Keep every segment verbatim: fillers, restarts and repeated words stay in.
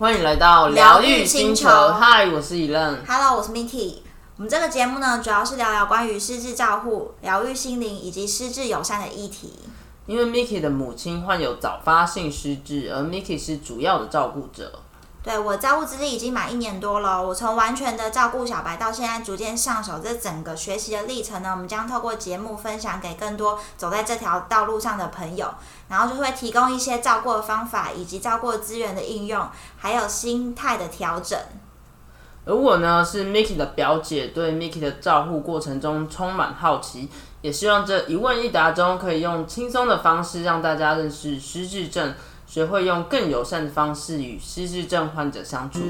欢迎来到疗愈星球。嗨，我是以任。 Hello， 我是 Miki。我们这个节目呢，主要是聊聊关于失智照护、疗愈心灵以及失智友善的议题。 因为 Miki 的母亲患有早发性失智，而 Miki 是主要的照顾者。 对，我照顾资历已经满一年多了，我从完全的照顾小白到现在逐渐上手，这整个学习的历程呢，我们将透过节目分享给更多走在这条道路上的朋友，然后就会提供一些照顾的方法，以及照顾资源的应用，还有心态的调整。 而我呢，是 Miki 的表姐，对 Miki 的照护过程中充满好奇，也希望这一问一答中可以用轻松的方式让大家认识失智症，学会用更友善的方式与失智症患者相处。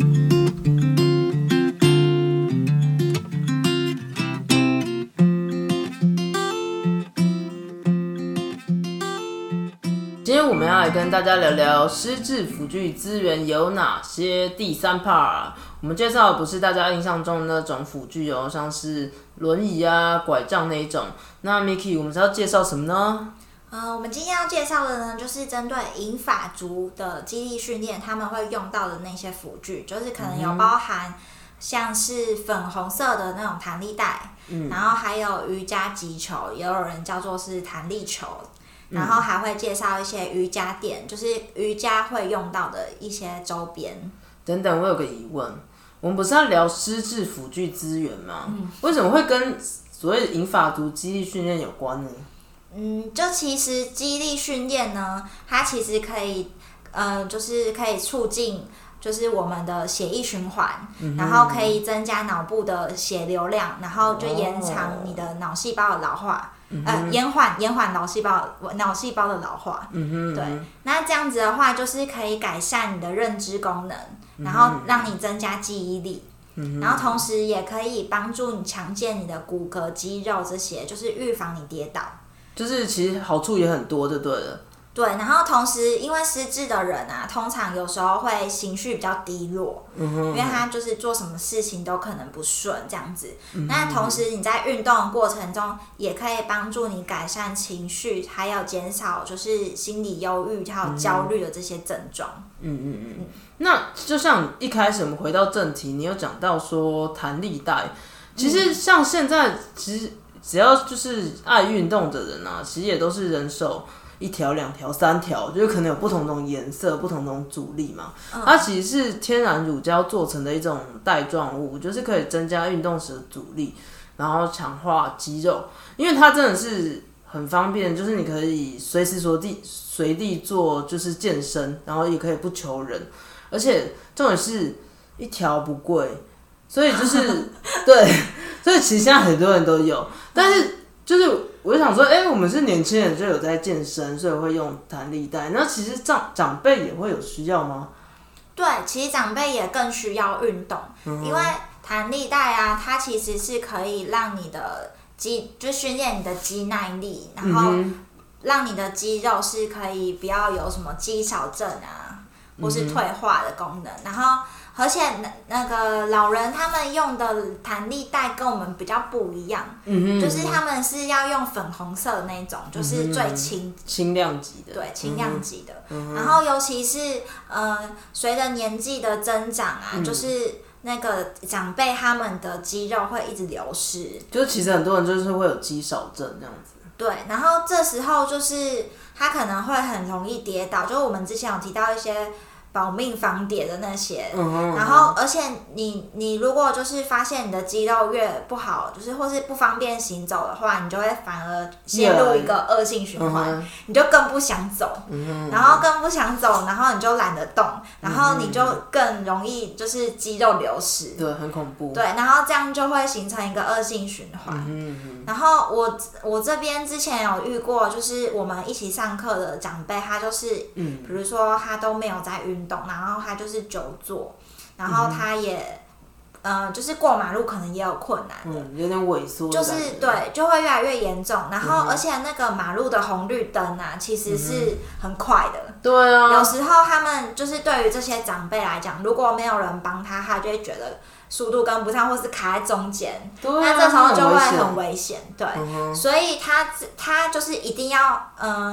今天我们要来跟大家聊聊失智辅具资源有哪些。第三 part， 我们介绍的不是大家印象中的那种辅具哦，像是轮椅啊、拐杖那一种。那 Miki， 我们是要介绍什么呢？ 呃，我们今天要介绍的呢，就是针对银发族的肌力训练，他们会用到的那些辅具，就是可能有包含像是粉红色的那种弹力带，嗯、然后还有瑜伽击球，也有人叫做是弹力球，然后还会介绍一些瑜伽垫，就是瑜伽会用到的一些周边。 等等，我有个疑问，我们不是要聊失智辅具资源吗？嗯、为什么会跟所谓的银发族肌力训练有关呢？ 嗯，就其实肌力训练呢，它其实可以，呃，就是可以促进，就是我们的血液循环，嗯、然后可以增加脑部的血流量，然后就延长你的脑细胞的老化，哦、呃，延缓延缓脑细胞脑细胞的老化。嗯、对，那这样子的话，就是可以改善你的认知功能，然后让你增加记忆力。嗯、然后同时也可以帮助你强健你的骨骼、肌肉这些，就是预防你跌倒。 就是其实好处也很多，就对了。 对，然后同时因为失智的人啊，通常有时候会情绪比较低落，嗯、哼因为他就是做什么事情都可能不顺这样子。嗯、那同时你在运动的过程中，也可以帮助你改善情绪，还有减少就是心理忧郁还有焦虑的这些症状。嗯嗯嗯。嗯那就像一开始我们回到正题，你有讲到说弹力带，其实像现在其实。只要就是爱运动的人啊，其实也都是人手一条、两条、三条，就是可能有不同种颜色、不同种阻力嘛。嗯、它其实是天然乳胶做成的一种带状物，就是可以增加运动时的阻力，然后强化肌肉。因为它真的是很方便，就是你可以随时随地随地做，就是健身，然后也可以不求人，而且重点是一条不贵。所以就是对，所以其实现在很多人都有，但是就是我就想说，哎、欸，我们是年轻人就有在健身，所以会用弹力带。那其实长长辈也会有需要吗？ 对，其实长辈也更需要运动，嗯、因为弹力带啊，它其实是可以让你的肌，就训练你的肌耐力，然后让你的肌肉是可以不要有什么肌少症啊，或是退化的功能，然后。而且那那个老人他们用的弹力带跟我们比较不一样，嗯、就是他们是要用粉红色的那种，就是最轻轻量级的， 对，轻量级的。嗯、然后尤其是呃，随着年纪的增长啊，嗯、就是那个长辈他们的肌肉会一直流失， 就是其实很多人就是会有肌少症这样子。 对，然后这时候就是他可能会很容易跌倒，就是我们之前有提到一些。保命防跌的那些，嗯、然后而且你你如果就是发现你的肌肉越不好，就是或是不方便行走的话，你就会反而陷入一个恶性循环，嗯、你就更不想走，嗯、然后更不想走，然后你就懒得动，然后你就更容易就是肌肉流失， 对，很恐怖， 对，然后这样就会形成一个恶性循环。嗯、然后我我这边之前有遇过，就是我们一起上课的长辈，他就是，嗯、比如说他都没有在运动，然后他就是久坐，然后他也，嗯、呃，就是过马路可能也有困难的， 嗯、有点萎缩， 就是对，就会越来越严重。然后，嗯、而且那个马路的红绿灯啊，其实是很快的。 对啊。 有时候他们就是对于这些长辈来讲，如果没有人帮他，他就会觉得速度跟不上，或是卡在中间， 对啊， 那这时候就会很危险。对，嗯、所以他他就是一定要，嗯、呃。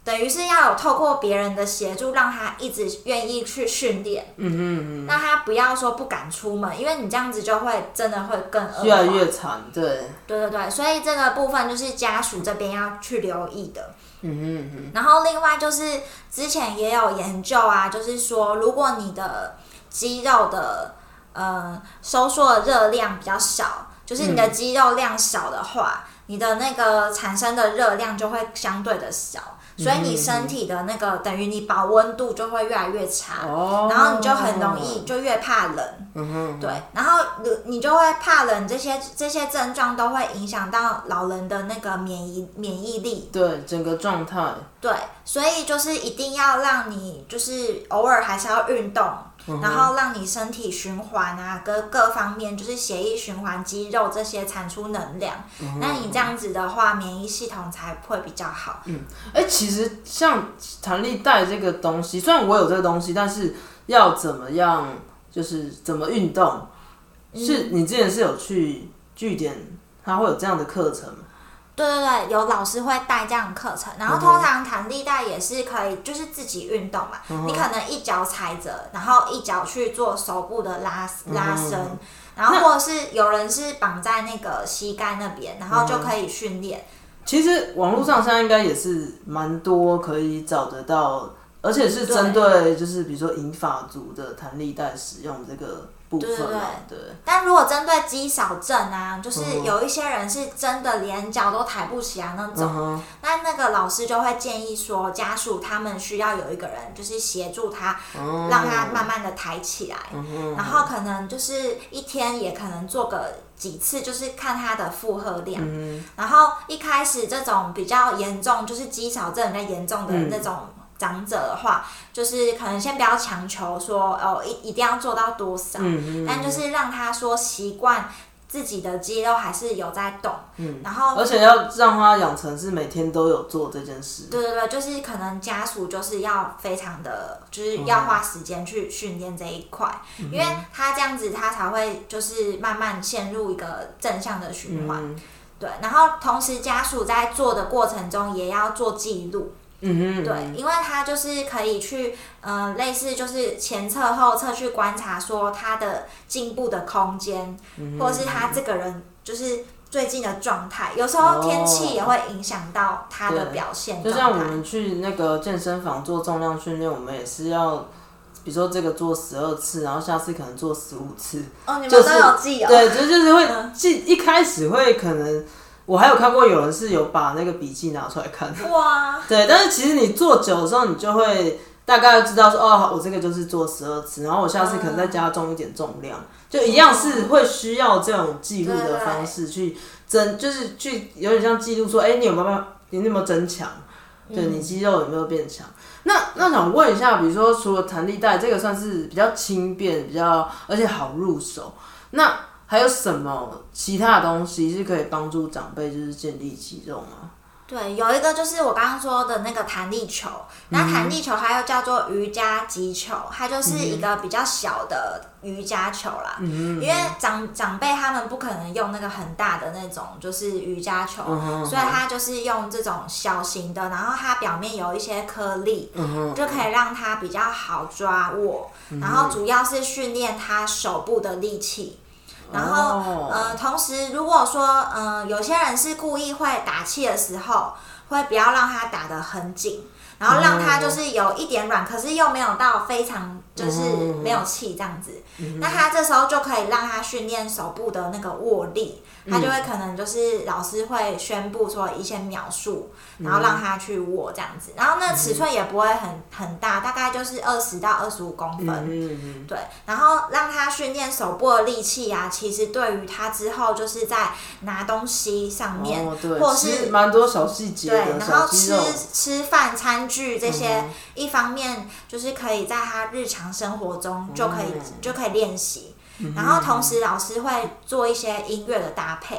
等于是要有透过别人的协助，让他一直愿意去训练。 嗯哼嗯， 那他不要说不敢出门，因为你这样子就会真的会更恶化， 越来越惨。对， 对对对，所以这个部分就是家属这边要去留意的。 嗯哼嗯哼。 然后另外就是之前也有研究啊，就是说如果你的肌肉的呃收缩的热量比较少，就是你的肌肉量少的话，嗯、你的那个产生的热量就会相对的少。所以你身体的那个等于你保温度就会越来越差，哦、然后你就很容易就越怕冷，嗯、对，然后你就会怕冷，这些这些症状都会影响到老人的那个免疫免疫力， 对整个状态， 对，所以就是一定要让你就是偶尔还是要运动。嗯、然后让你身体循环啊，各各方面就是血液循环、肌肉这些产出能量。嗯、那你这样子的话，免疫系统才会比较好。 嗯，哎、欸，其实像弹力带这个东西，虽然我有这个东西，但是要怎么样，就是怎么运动，嗯、是你之前是有去据点，它会有这样的课程吗？ 对对对，有老师会带这样的课程，然后通常弹力带也是可以，就是自己运动嘛。嗯、你可能一脚踩着，然后一脚去做手部的拉拉伸，嗯、然后或者是有人是绑在那个膝盖那边，然后就可以训练。 其实网络上现在应该也是蛮多可以找得到，而且是针对就是比如说银发族的弹力带使用这个。对对对， 对，但如果针对肌少症啊，就是有一些人是真的连脚都抬不起来那种，嗯、那那个老师就会建议说，家属他们需要有一个人就是协助他，嗯、让他慢慢的抬起来，嗯、然后可能就是一天也可能做个几次，就是看他的负荷量，嗯、然后一开始这种比较严重，就是肌少症比较严重的那种。嗯长者的话，就是可能先不要强求说哦一一定要做到多少，嗯嗯、但就是让他说习惯自己的肌肉还是有在动，嗯、然后而且要让他养成是每天都有做这件事。 对对对，就是可能家属就是要非常的，就是要花时间去训练这一块，嗯、因为他这样子他才会就是慢慢陷入一个正向的循环，嗯、对，然后同时家属在做的过程中也要做记录。嗯哼，对，因为他就是可以去，呃，类似就是前侧后侧去观察说他的进步的空间，嗯、或者是他这个人就是最近的状态。有时候天气也会影响到他的表现。 就像我们去那个健身房做重量训练，我们也是要，比如说这个做十二次，然后下次可能做十五次。 哦，你们都有记哦。 对，就就是会记，一开始会可能。我还有看过有人是有把那个笔记拿出来看，哇，对，但是其实你做久的时候，你就会大概知道说，哦，我这个就是做十二次，然后我下次可能再加重一点重量，嗯、就一样是会需要这种记录的方式去增，就是去有点像记录说，哎、欸，你有没有你有没有增强，对你肌肉有没有变强？那那想问一下，比如说除了弹力带这个算是比较轻便，比较而且好入手，那还有什么其他的东西是可以帮助长辈就是建立肌肉吗？ 对，有一个就是我刚刚说的那个弹力球，那弹力球它又叫做瑜伽击球，它就是一个比较小的瑜伽球啦。嗯、因为长长辈他们不可能用那个很大的那种就是瑜伽球，嗯、所以它就是用这种小型的，然后它表面有一些颗粒，嗯、就可以让它比较好抓握，嗯、然后主要是训练它手部的力气。然后，哦、呃，同时如果说，呃，有些人是故意会打气的时候，会不要让它打得很紧，然后让它就是有一点软，可是又没有到非常就是没有气这样子。嗯、那他这时候就可以让他训练手部的那个握力，他就会可能就是老师会宣布说一些秒数，然后让他去握这样子，然后那尺寸也不会很很大，大概就是二十到二十五公分，嗯、对，然后让他训练手部的力气啊，其实对于他之后就是在拿东西上面，哦、或者是蛮多小细节的， 对，然后吃吃饭餐具这些，嗯、一方面就是可以在他日常生活中就可以、嗯、就可以练习。然后同时老师会做一些音乐的搭配，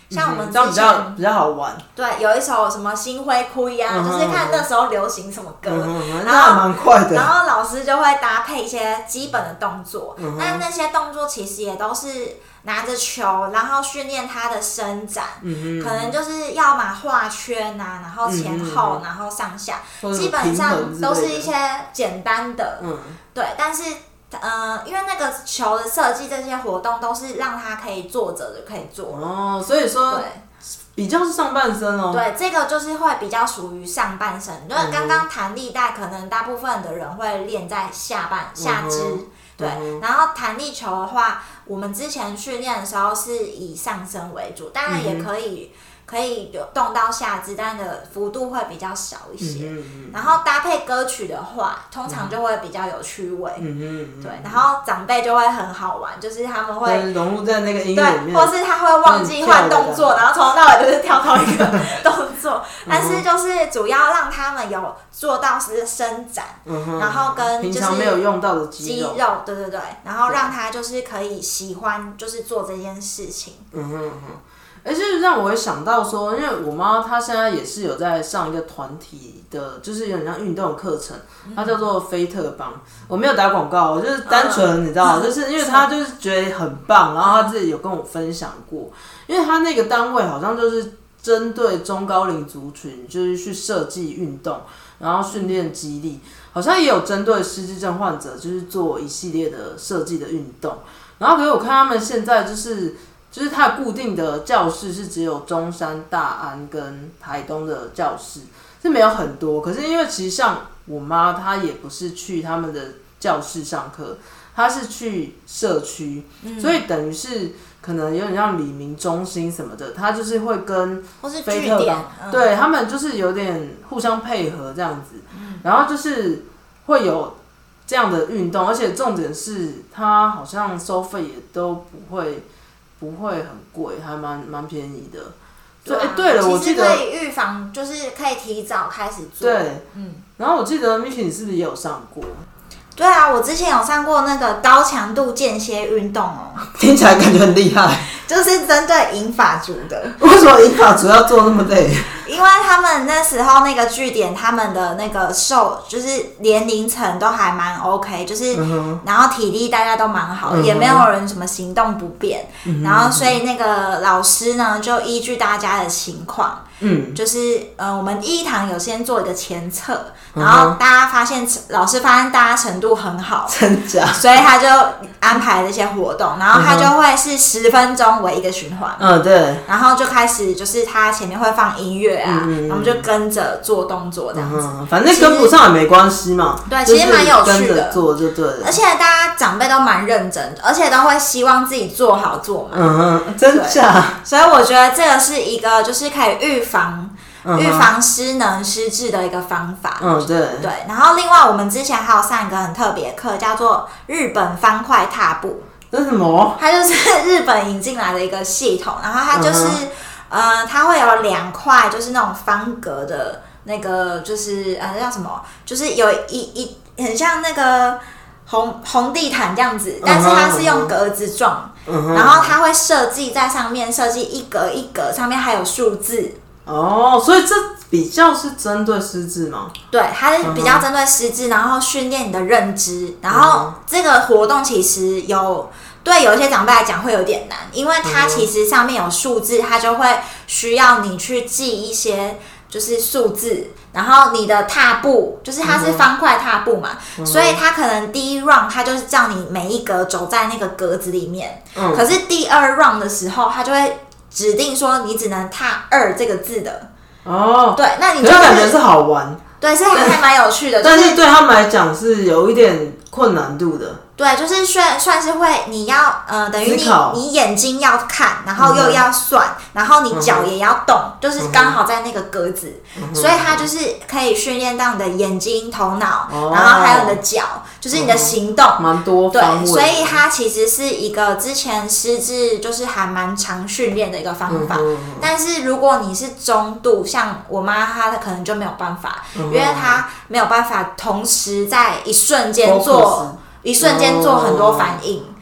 像我们之前、 嗯、这样比较比较好玩。 对，有一首什么心灰哭呀、啊嗯，就是看那时候流行什么歌， 嗯、 然后蛮快的。 然后老师就会搭配一些基本的动作，嗯、但那些动作其实也都是拿着球，然后训练它的伸展，嗯、可能就是要嘛画圈啊，然后前后，嗯、然后上下，基本上都是一些简单的，嗯、对，但是。呃，因为那个球的设计，这些活动都是让他可以坐着的，可以做哦，所以说，对，比较是上半身哦。 对，这个就是会比较属于上半身。因为刚刚弹力带，可能大部分的人会练在下半下肢，嗯、对。嗯、然后弹力球的话，我们之前训练的时候是以上身为主，当然也可以。嗯可以有动到下肢，但的幅度会比较小一些。嗯嗯、然后搭配歌曲的话，通常就会比较有趣味。嗯嗯、对，然后长辈就会很好玩，就是他们会融入在那个音乐里面， 对，或是他会忘记换动作，然后从头到尾就是跳到一个动作。但是就是主要让他们有做到是伸展，嗯、然后跟就是平常没有用到的肌肉， 肌肉对对对，然后让他就是可以喜欢就是做这件事情。嗯哼哼。而且让我会想到说，因为我妈她现在也是有在上一个团体的，就是有点像运动课程，它叫做菲特帮。我没有打广告，我就是单纯、嗯、你知道，就是因为她就是觉得很棒，然后她自己有跟我分享过，因为她那个单位好像就是针对中高龄族群，就是去设计运动，然后训练肌力，好像也有针对失智症患者，就是做一系列的设计的运动。然后可是我看他们现在就是。就是它固定的教室是只有中山、大安跟台东的教室，是没有很多。可是因为其实像我妈，她也不是去他们的教室上课，她是去社区，嗯、所以等于是可能有点像李明中心什么的，她就是会跟菲特帮，嗯、对他们就是有点互相配合这样子，嗯、然后就是会有这样的运动，而且重点是它好像收费也都不会。不会很贵，还蛮蛮便宜的。对、啊欸、对了，我记得可以预防，就是可以提早开始做。 对，嗯。然后我记得 Miki 你是不是也有上过？ 对啊，我之前有上过那个高强度间歇运动哦， 听起来感觉很厉害。 就是针对银发族的。 为什么银发族要做那么累？ 因为他们那时候那个据点，他们的那个受就是年龄层都还蛮 OK， 就是、嗯、然后体力大家都蛮好的，嗯、也没有人什么行动不便，嗯、然后所以那个老师呢就依据大家的情况。嗯，就是呃，我们一堂有先做一个前测，然后大家发现、嗯、老师发现大家程度很好， 真假， 所以他就安排这些活动，然后他就会是十分钟为一个循环， 嗯，对， 然后就开始就是他前面会放音乐啊，嗯、然后我们就跟着做动作这样子， 嗯、反正跟不上也没关系嘛， 对，其实蛮有趣的，跟着做就对了， 而且大家长辈都蛮认真的，而且都会希望自己做好做满， 嗯，真假， 所以我觉得这个是一个就是可以预防。预防失能失智的一个方法。 嗯，对对。然后另外我们之前还有上一个很特别的课，叫做日本方块踏步。 这是什么？ 它就是日本引进来的一个系统，然后它就是、嗯、呃，它会有两块，就是那种方格的那个，就是呃叫什么？就是有一一很像那个红红地毯这样子，但是它是用格子状，嗯、然后它会设计在上面设计一格一格，上面还有数字。 哦，所以这比较是针对失智吗？ 对，它是比较针对失智，然后训练你的认知。然后这个活动其实有对有一些长辈来讲会有点难，因为它其实上面有数字，它就会需要你去记一些就是数字，然后你的踏步就是它是方块踏步嘛，嗯、所以它可能第一 round 它就是叫你每一格走在那个格子里面，嗯、可是第二 round 的时候，它就会指定说你只能踏二这个字的哦， 对，那你就、是、 感觉是好玩， 对，是还还蛮有趣的， 但是对他们来讲是有一点困难度的。 对，就是算算是会，你要呃，等于你你眼睛要看，然后又要算，嗯、然后你脚也要动，嗯、就是刚好在那个格子，嗯、所以它就是可以训练到你的眼睛、头脑，哦、然后还有你的脚，就是你的行动， 蛮、嗯、多方位。 对，所以它其实是一个之前失智就是还蛮常训练的一个方法。嗯、但是如果你是中度，像我妈她可能就没有办法，嗯、因为她没有办法同时在一瞬间做。一瞬间做很多反应，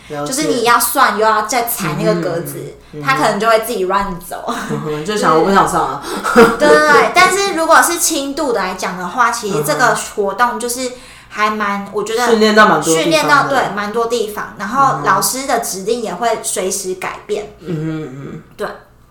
就是你要算又要再踩那个格子，嗯、他可能就会自己乱走， 嗯、就想我不想上了。 对对对，但是如果是轻度的来讲的话，其实这个活动就是还蛮，我觉得训练到蛮多训练到对蛮多地方，然后老师的指令也会随时改变。嗯嗯嗯，对。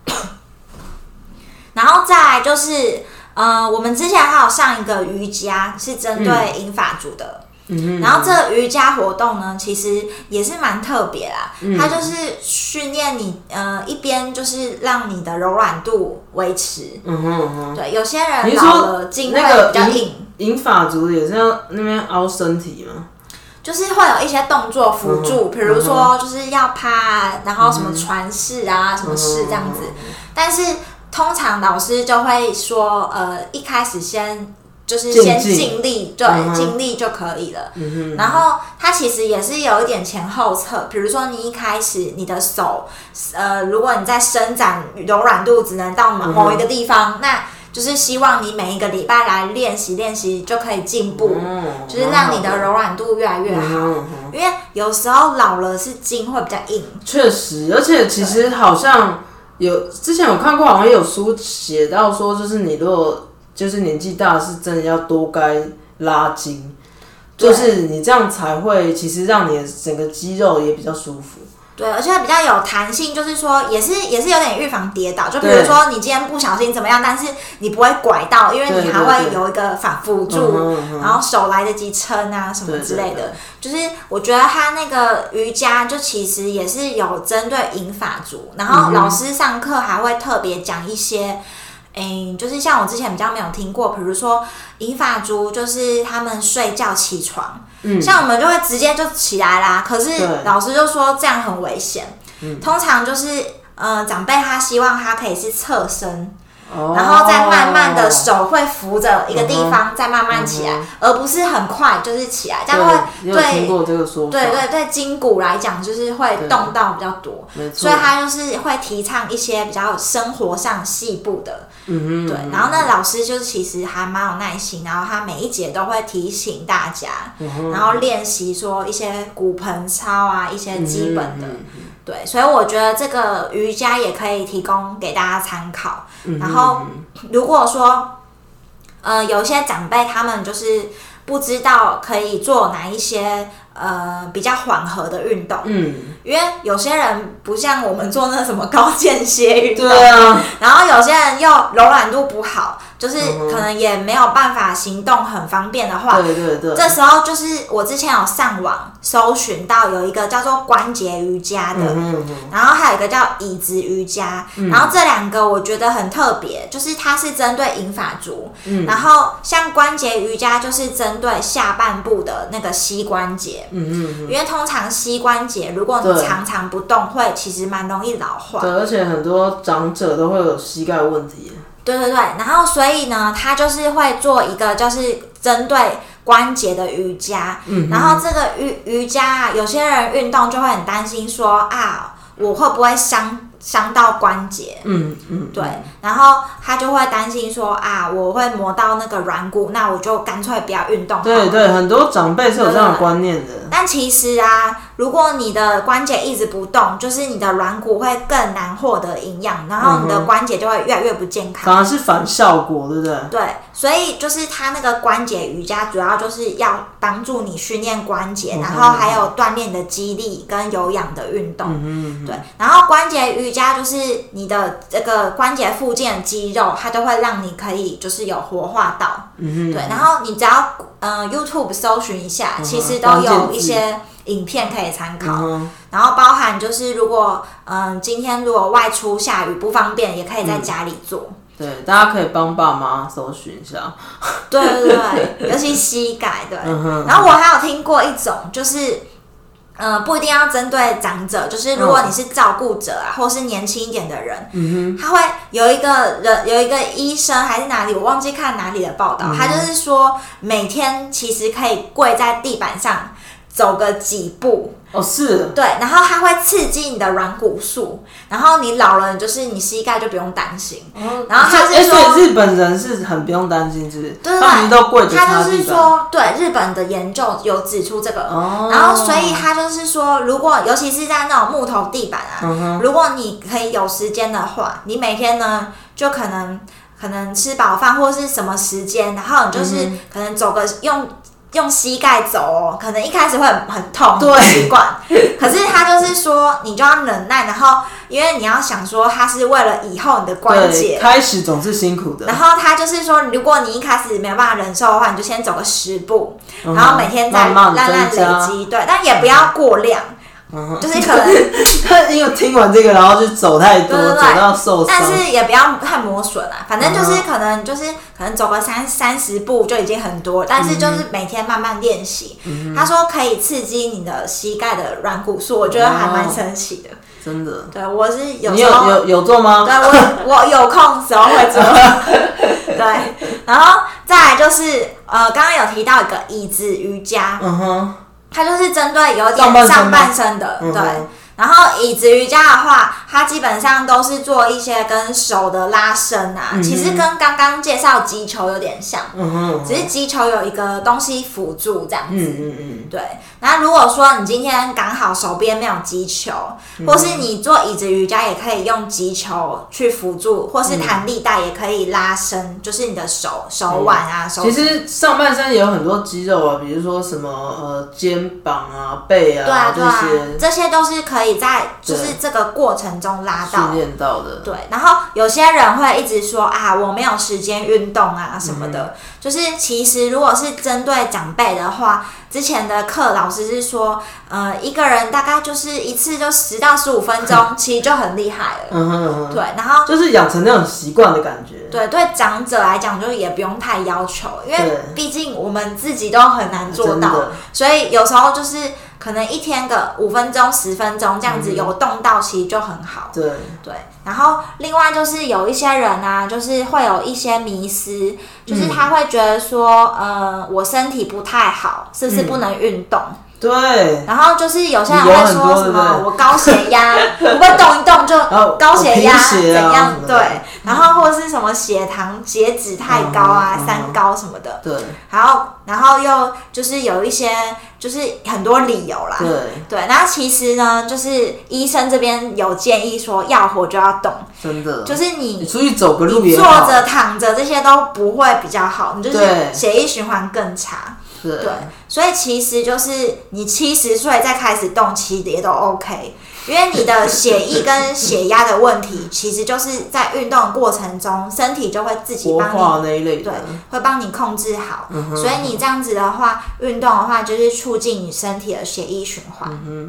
然后再来就是，呃，我们之前还有上一个瑜伽，是针对银发族的。嗯、然后这个瑜伽活动呢，其实也是蛮特别啦。嗯、它就是训练你，呃，一边就是让你的柔软度维持。嗯哼嗯哼。对，有些人老了筋会比较硬。 银发族也是要那边凹身体吗？ 就是会有一些动作辅助，比、嗯、如说就是要趴，然后什么船式啊，嗯、什么式这样子。嗯、但是通常老师就会说，呃，一开始先就是先尽力，对，尽、嗯、力就可以了。嗯、然后它其实也是有一点前后侧，比如说你一开始你的手，呃，如果你在伸展柔软度只能到某一个地方，嗯、那就是希望你每一个礼拜来练习练习就可以进步，嗯、就是让你的柔软度越来越好。嗯、因为有时候老了是筋会比较硬。 确实，而且其实好像有之前有看过，好像有书写到说，就是你如果就是年纪大，是真的要多该拉筋，就是你这样才会其实让你的整个肌肉也比较舒服。 对，而且比较有弹性，就是说也是也是有点预防跌倒。就比如说你今天不小心怎么样，但是你不会拐到，因为你还会有一个反辅助，然后手来得及撑啊什么之类的。对对对，就是我觉得他那个瑜伽就其实也是有针对银发族，然后老师上课还会特别讲一些。嗯，就是像我之前比较没有听过，比如说银发族，就是他们睡觉起床，嗯、像我们就会直接就起来啦。可是老师就说这样很危险。嗯、通常就是呃，长辈他希望他可以是侧身，哦、然后再慢慢的手会扶着一个地方，嗯、再慢慢起来，嗯、而不是很快就是起来，这样会对。 对，听过这个说法。 对对对，筋骨来讲就是会动到比较多，所以他就是会提倡一些比较生活上细部的。嗯对，然后那老师就是其实还蛮有耐心，然后他每一节都会提醒大家，嗯、然后练习说一些骨盆操啊，一些基本的，嗯、对，所以我觉得这个瑜伽也可以提供给大家参考。嗯、然后如果说，呃，有一些长辈他们就是不知道可以做哪一些呃比较缓和的运动，嗯，因为有些人不像我们做那什么高间歇运动，对啊，然后有些人又柔软度不好，就是可能也没有办法行动很方便的话， 对对对， 这时候就是我之前有上网搜寻到有一个叫做关节瑜伽的，嗯嗯然后还有一个叫椅子瑜伽，嗯、然后这两个我觉得很特别，就是它是针对银发族，嗯、然后像关节瑜伽就是针对下半部的那个膝关节，嗯嗯嗯因为通常膝关节如果你常常不动，会其实蛮容易老化， 对，而且很多长者都会有膝盖问题。 对对对，然后所以呢，他就是会做一个就是针对关节的瑜伽，嗯、然后这个瑜瑜伽啊，有些人运动就会很担心说啊，我会不会伤伤到关节？嗯嗯，对，然后他就会担心说啊，我会磨到那个软骨，那我就干脆不要运动好了。 对对，很多长辈是有这样的观念的。 但其实啊，如果你的关节一直不动，就是你的软骨会更难获得营养，然后你的关节就会越来越不健康， 反而是反效果，对不对？ 对，所以就是它那个关节瑜伽主要就是要帮助你训练关节，嗯、然后还有锻炼的肌力跟有氧的运动。嗯、对，然后关节瑜伽就是你的这个关节附近的肌肉，它都会让你可以就是有活化到。嗯、对，然后你只要呃 YouTube 搜寻一下，嗯、其实都有一些影片可以参考，嗯、然后包含就是如果嗯、呃、今天如果外出下雨不方便，也可以在家里做。 嗯对，大家可以帮爸妈搜寻一下。 对对对，尤其膝盖对。嗯、然后我还有听过一种，就是呃不一定要针对长者，就是如果你是照顾者啊，或是年轻一点的人，嗯、他会有一个人有一个医生还是哪里，我忘记看哪里的报道，嗯、他就是说每天其实可以跪在地板上。 走个几步。 哦，是， 对，然后它会刺激你的软骨素，然后你老了就是你膝盖就不用担心。哦、然后他是说， 欸、所以日本人是很不用担心，是不是？ 对对他们都跪着擦地板。 他就是说，对日本的研究有指出这个，哦、然后所以他就是说，如果尤其是在那种木头地板啊，嗯、如果你可以有时间的话，你每天呢就可能可能吃饱饭或是什么时间，然后你就是可能走个用。用膝盖走哦，可能一开始会很很痛，不习惯。可是他就是说，你就要忍耐，然后因为你要想说，他是为了以后你的关节。 开始总是辛苦的。 然后他就是说，如果你一开始没有办法忍受的话，你就先走个十步，嗯、然后每天再慢慢累积，对，但也不要过量。嗯、就是可能， 因为听完这个，然后就走太多，对对对走到受伤， 但是也不要太磨损啊。反正就是可能就是可能走个三三十步就已经很多，但是就是每天慢慢练习。嗯、他说可以刺激你的膝盖的软骨素，我觉得还蛮神奇的。 真的， 对我是有你有有有做吗？ 对我我有空时候会做。对，然后再来就是呃，刚刚有提到一个椅子瑜伽。嗯哼。它就是针对有点上半身的，对。嗯、然后椅子瑜伽的话，它基本上都是做一些跟手的拉伸啊，嗯、其实跟刚刚介绍击球有点像，嗯、只是击球有一个东西辅助这样子。嗯嗯嗯对。那如果说你今天刚好手边没有击球，嗯、或是你做椅子瑜伽也可以用击球去辅助，或是弹力带也可以拉伸，就是你的手手腕啊。嗯、手其实上半身也有很多肌肉啊，比如说什么呃肩膀啊、背啊， 对啊对啊， 这些这些都是可以在就是这个过程中拉到训练到的。 对，然后有些人会一直说啊，我没有时间运动啊什么的。嗯、就是其实如果是针对长辈的话，之前的课老师是说，呃，一个人大概就是一次就十到十五分钟，其实就很厉害了。嗯哼嗯哼对，然后就是养成那种习惯的感觉。 对，对长者来讲，就也不用太要求，因为毕竟我们自己都很难做到，所以有时候就是可能一天个五分钟、十分钟这样子有动到，其实就很好。 对对，然后另外就是有一些人啊，就是会有一些迷思，就是他会觉得说，嗯、呃，我身体不太好，是不是不能运动？嗯对， 然后就是有些人会说什么我高血压，会不会动一动就高血压怎样？对，然后或者是什么血糖血脂太高啊、嗯、三高什么的。对，然后然后又就是有一些就是很多理由啦。对对，然后其实呢，就是医生这边有建议说，要活就要动， 真的， 就是你你出去走个路也好，坐着躺着这些都不会比较好，你就是血液循环更差。对，对，所以其实就是你七十岁再开始动，其实也都 OK， 因为你的血液跟血压的问题，其实就是在运动的过程中，身体就会自己帮你， 那一类的， 对，会帮你控制好。嗯、所以你这样子的话，运动的话就是促进你身体的血液循环。嗯、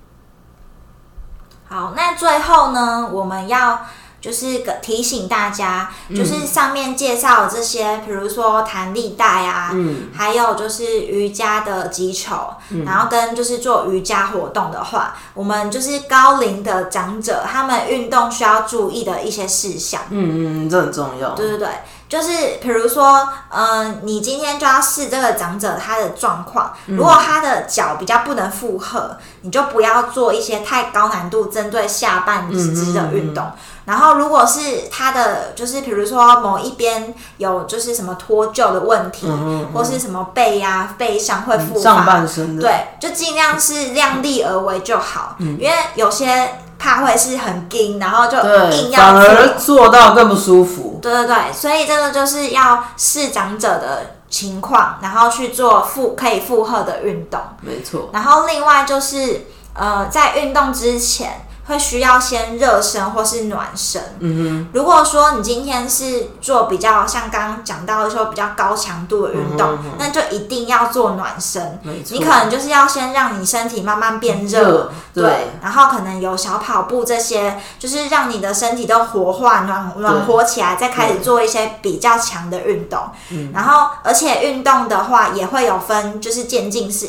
好，那最后呢，我们要。就是提醒大家，就是上面介绍的这些，比如说弹力带啊，嗯、还有就是瑜伽的击球，嗯、然后跟就是做瑜伽活动的话，我们就是高龄的长者，他们运动需要注意的一些事项。 嗯嗯，这很重要。 对对对。就是比如说，嗯、呃，你今天就要试这个长者他的状况，如果他的脚比较不能负荷，你就不要做一些太高难度针对下半肢的运动。嗯嗯嗯然后，如果是他的，就是比如说某一边有就是什么脱臼的问题，嗯嗯嗯或是什么背啊、背伤会复发， 上半身的， 对，就尽量是量力而为就好，嗯、因为有些怕会是很硬，然后就硬要做，反而做到更不舒服。 对对对，所以这个就是要视长者的情况，然后去做负可以负荷的运动。 没错。 然后另外就是呃，在运动之前。会需要先热身或是暖身。嗯哼。如果说你今天是做比较像刚刚讲到的说比较高强度的运动，嗯哼嗯哼那就一定要做暖身。没错。你可能就是要先让你身体慢慢变热，对，对，然后可能有小跑步这些，就是让你的身体都活化暖暖和起来，再开始做一些比较强的运动。嗯。然后，而且运动的话也会有分，就是渐进式，因为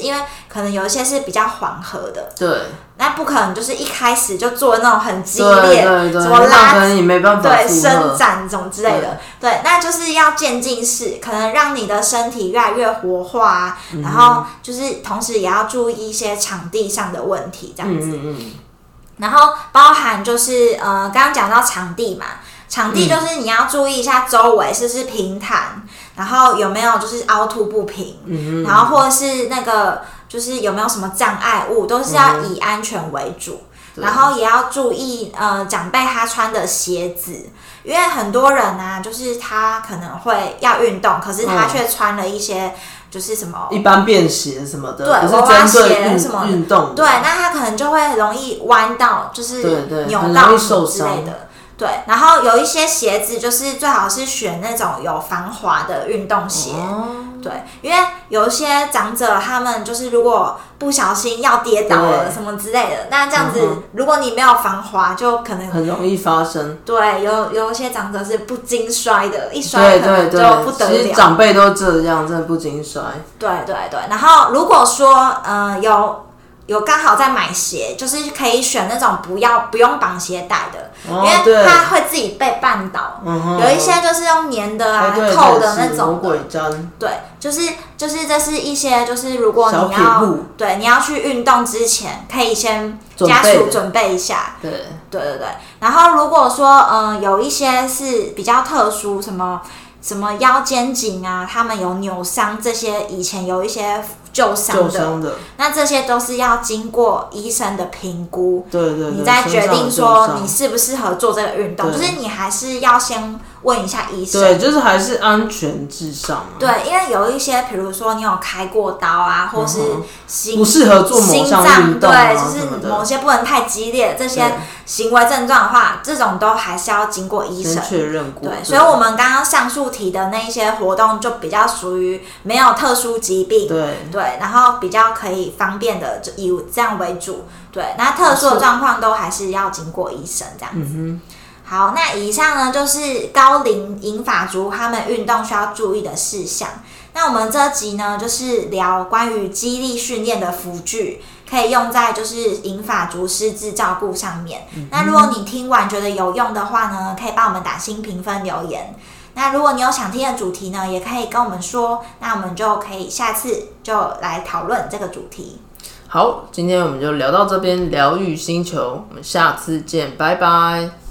可能有一些是比较缓和的。 对。 那不可能就是一开始就做那种很激烈， 对对对， 什么拉， 可能你没办法对伸展这种之类的，对，对，那就是要渐进式，可能让你的身体越来越活化啊，嗯、然后就是同时也要注意一些场地上的问题，这样子。嗯嗯嗯然后包含就是呃，刚刚讲到场地嘛，场地就是你要注意一下周围是不是平坦，然后有没有就是凹凸不平，嗯、然后或者是那个。就是有没有什么障碍物，都是要以安全为主，嗯、然后也要注意呃长辈他穿的鞋子，因为很多人啊，就是他可能会要运动，可是他却穿了一些就是什么一般便鞋什么的， 对， 娃娃鞋什么运动， 对，那他可能就会容易弯到，就是扭到什么之类的。对，然后有一些鞋子就是最好是选那种有防滑的运动鞋，哦、对，因为有一些长者他们就是如果不小心要跌倒了什么之类的，那这样子、嗯、如果你没有防滑，就可能很容易发生。 对，有有一些长者是不经摔的，一摔可能就不得了。 其实长辈都这样，真的不经摔。 对对对，然后如果说呃有。有刚好在买鞋，就是可以选那种不要不用绑鞋带的，哦、因为它会自己被绊倒。嗯、有一些就是用粘的啊、欸、扣的那种的，对，就是就是这是一些就是如果你要对你要去运动之前，可以先家属准备一下。 对对对对。然后如果说嗯、呃、有一些是比较特殊，什么什么腰肩颈啊，他们有扭伤，这些以前有一些。旧伤 的, 的，那这些都是要经过医生的评估， 对 对, 对， 你再决定说你适不适合做这个运动，就是你还是要先问一下医生， 对，就是还是安全至上、啊。 对，因为有一些，比如说你有开过刀啊，或是心、 嗯、不适合做某项运动、啊， 对，就是某些不能太激烈这些行为症状的话，这种都还是要经过医生确认过。 对，所以我们刚刚上述提的那一些活动，就比较属于没有特殊疾病， 对对。然后比较可以方便的以这样为主，对，那特殊的状况都还是要经过医生这样子。嗯、好，那以上呢就是高龄银发族他们运动需要注意的事项。那我们这集呢就是聊关于肌力训练的辅具，可以用在就是银发族失智照顾上面。嗯、那如果你听完觉得有用的话呢，可以帮我们打新评分留言。那如果你有想听的主题呢，也可以跟我们说，那我们就可以下次就来讨论这个主题。 好，今天我们就聊到这边，疗愈星球，我们下次见，拜拜。